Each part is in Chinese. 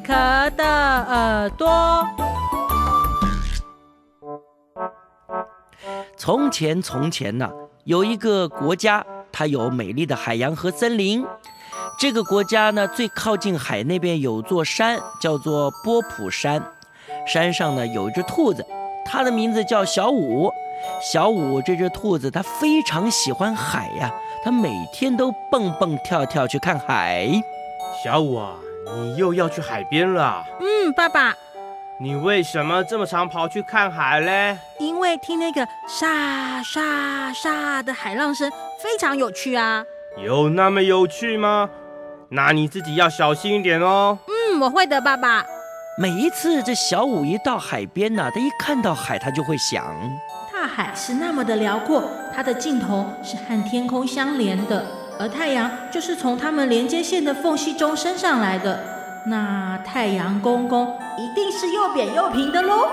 壳的耳朵。 从前呢，有一个国家，它有美丽的海洋和森林。这个国家呢，最靠近海那边有座山，叫做波普山。山上呢有一只兔子，它的名字叫小五。小五这只兔子，它非常喜欢海呀，它每天都蹦蹦跳跳去看海。 小五啊，你又要去海边了？ 爸爸， 你为什么这么常跑去看海嘞？ 因为听那个沙沙沙的海浪声非常有趣啊。 有那么有趣吗？那你自己要小心一点哦。 我会的，爸爸。 每一次这小五一到海边呢，他一看到海，他就会想， 大海是那么的辽阔，它的尽头是和天空相连的，而太阳就是从它们连接线的缝隙中升上来的。那太阳公公一定是又扁又平的喽！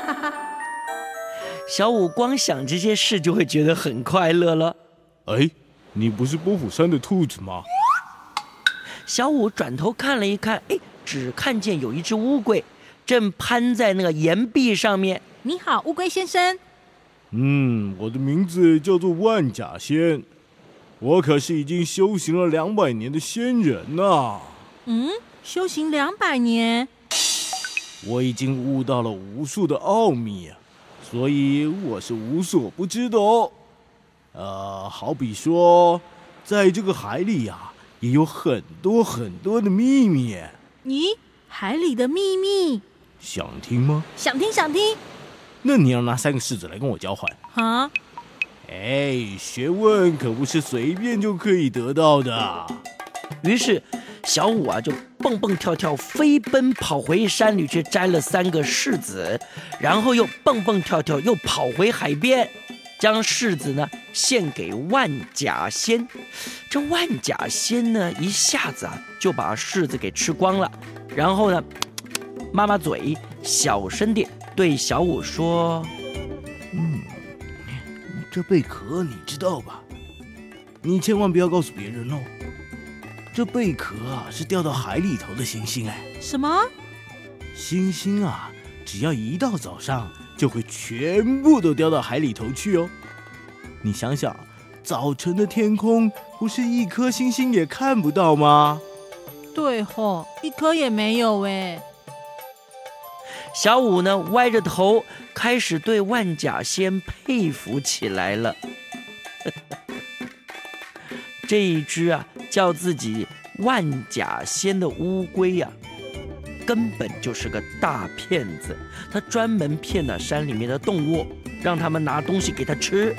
小五光想这些事就会觉得很快乐了。 哎，你不是波普山的兔子吗？ 小五转头看了一看，只看见有一只乌龟正攀在那个岩壁上面。 你好，乌龟先生。 我的名字叫做万甲仙，我可是已经修行了200年的仙人呐。 修行200年， 我已经悟到了无数的奥秘啊，所以我是无所不知的哦。好比说，在这个海里啊，也有很多很多的秘密。 咦，海里的秘密？ 想听吗？ 想听想听。 那你要拿3个柿子来跟我交换。 啊？ 学问可不是随便就可以得到的。 于是小五啊就蹦蹦跳跳飞奔跑回山里去摘了3个柿子，然后又蹦蹦跳跳又跑回海边，将柿子呢献给万甲仙。这万甲仙呢一下子就把柿子给吃光了，然后呢抹抹嘴，小声地对小五说， 这贝壳你知道吧？你千万不要告诉别人哦。这贝壳啊是掉到海里头的星星。 什么？ 星星啊，只要一到早上就会全部都掉到海里头去哦。你想想，早晨的天空不是一颗星星也看不到吗？ 对吼，一颗也没有小五呢歪着头开始对万甲仙佩服起来了。这一只叫自己万甲仙的乌龟根本就是个大骗子，他专门骗了山里面的动物，让他们拿东西给他吃。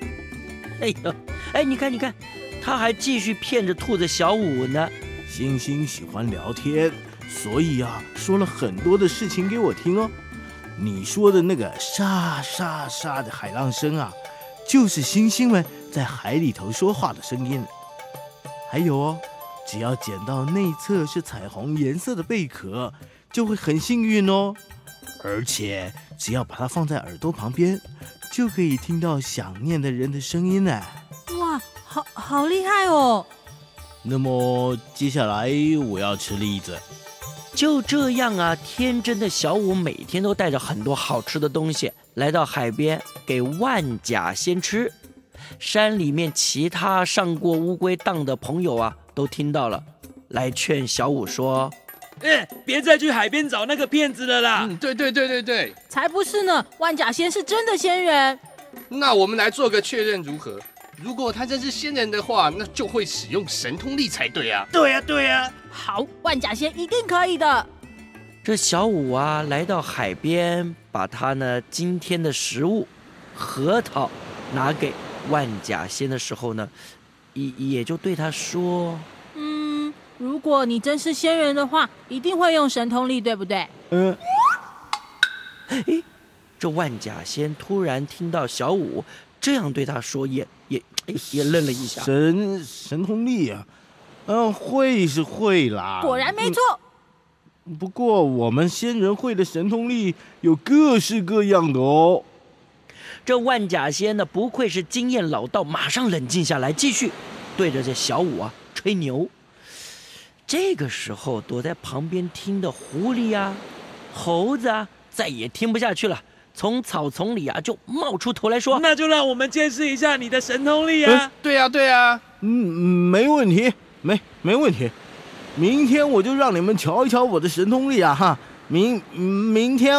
你看，他还继续骗着兔子小五呢。 星星喜欢聊天，所以说了很多的事情给我听哦。你说的那个沙沙沙的海浪声就是星星们在海里头说话的声音。还有只要捡到内侧是彩虹颜色的贝壳，就会很幸运哦。而且只要把它放在耳朵旁边，就可以听到想念的人的声音呢。 哇，好厉害哦！ 那么接下来我要吃栗子。 就这样天真的小五每天都带着很多好吃的东西来到海边给万甲仙吃。山里面其他上过乌龟档的朋友都听到了，来劝小五说， 别再去海边找那个骗子了啦。 对， 才不是呢，万甲仙是真的仙人。 那我们来做个确认如何？如果他真是仙人的话，那就会使用神通力才对啊。 对呀。 好，万甲仙一定可以的。 这小五来到海边，把他呢今天的食物核桃拿给万甲仙的时候呢，也就对他说， 如果你真是仙人的话，一定会用神通力，对不对？ 这万甲仙突然听到小五这样对他说，也愣了一下。 神通力会是会啦， 果然没错。 不过我们仙人会的神通力有各式各样的哦。 这万甲仙呢，不愧是经验老道，马上冷静下来，继续对着这小五吹牛。 这个时候，躲在旁边听的狐狸啊、猴子啊，再也听不下去了，从草丛里啊就冒出头来说：“ 那就让我们见识一下你的神通力啊！” 对啊，对啊， 没问题，没问题。明天我就让你们瞧一瞧我的神通力啊！哈，明天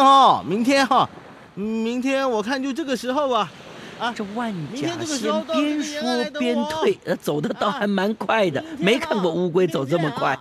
我看就这个时候啊。 这万甲仙边说边退，走的倒还蛮快的，没看过乌龟走这么快。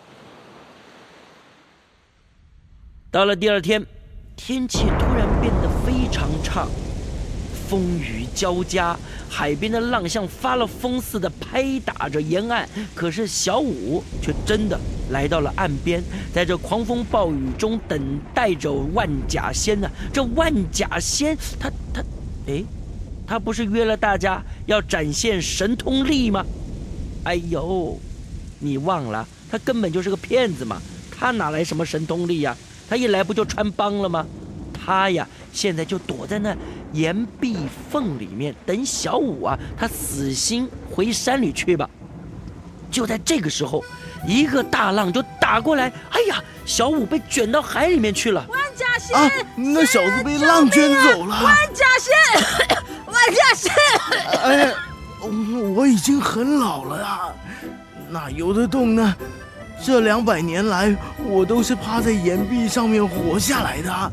到了第二天，天气突然变得非常差，风雨交加，海边的浪像发了疯似的拍打着沿岸。可是小五却真的来到了岸边，在这狂风暴雨中等待着万甲仙呢。这万甲仙，他不是约了大家要展现神通力吗？哎呦，你忘了，他根本就是个骗子嘛！他哪来什么神通力呀？他一来不就穿帮了吗？他呀，现在就躲在那岩壁缝里面，等小五啊，他死心回山里去吧。就在这个时候，一个大浪就打过来，哎呀，小五被卷到海里面去了。 万甲仙， 那小子被浪卷走了。 万甲仙，万甲仙。 哎，我已经很老了啊，哪游得动呢？这200年来，我都是趴在岩壁上面活下来的。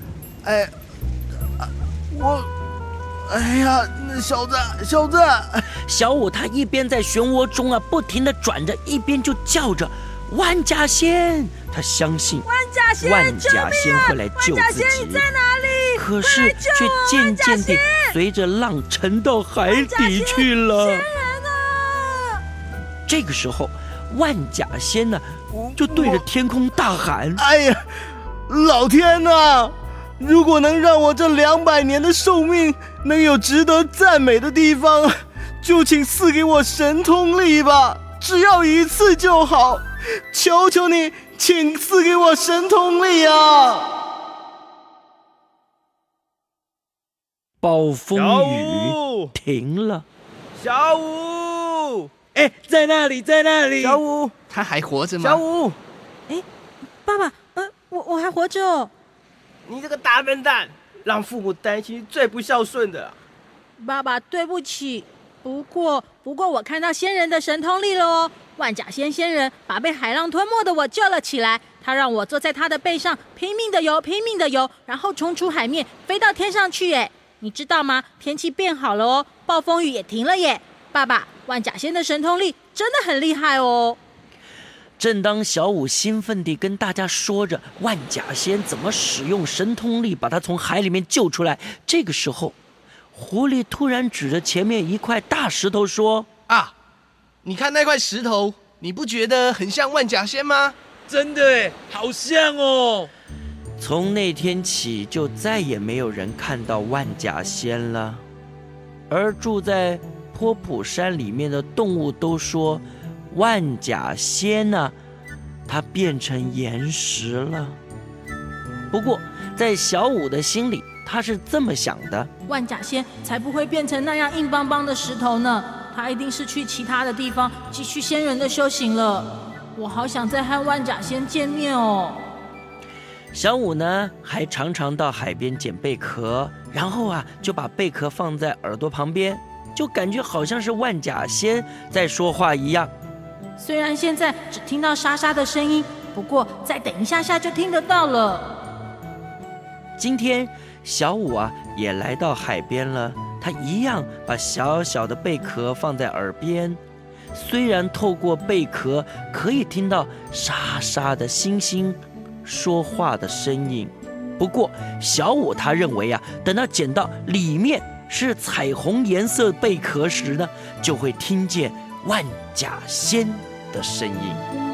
哎呀，那小子！ 小五他一边在漩涡中啊不停地转着，一边就叫着万甲仙。他相信万甲仙会来救自己。 你在哪里？ 可是却渐渐地随着浪沉到海底去了。 仙人啊！ 这个时候，万甲仙呢就对着天空大喊：“ 哎呀，老天哪！如果能让我这200年的寿命能有值得赞美的地方，就请赐给我神通力吧，只要一次就好，求求你，请赐给我神通力啊！” 暴风雨停了。 小五， 在那里， 小五， 他还活着吗？ 小五， 爸爸，我还活着哦。 你这个大笨蛋，让父母担心最不孝顺的。 爸爸，对不起。不过我看到仙人的神通力了哦！万甲仙人把被海浪吞没的我救了起来，他让我坐在他的背上，拼命的游，然后冲出海面，飞到天上去。哎，你知道吗？天气变好了哦，暴风雨也停了耶！爸爸，万甲仙的神通力真的很厉害哦！ 正当小五兴奋地跟大家说着万甲仙怎么使用神通力把他从海里面救出来，这个时候，狐狸突然指着前面一块大石头说：“ 啊，你看那块石头，你不觉得很像万甲仙吗？” 真的，好像哦。 从那天起，就再也没有人看到万甲仙了，而住在坡普山里面的动物都说，万甲仙呢，它变成岩石了。不过，在小五的心里，他是这么想的： 万甲仙才不会变成那样硬邦邦的石头呢，他一定是去其他的地方继续仙人的修行了。我好想再和万甲仙见面哦。 小五呢，还常常到海边捡贝壳，然后啊，就把贝壳放在耳朵旁边，就感觉好像是万甲仙在说话一样。 虽然现在只听到沙沙的声音，不过再等一下下就听得到了。 今天小五啊也来到海边了，他一样把小小的贝壳放在耳边，虽然透过贝壳可以听到沙沙的星星说话的声音，不过小五他认为啊，等到捡到里面是彩虹颜色贝壳时呢，就会听见万甲仙的声音。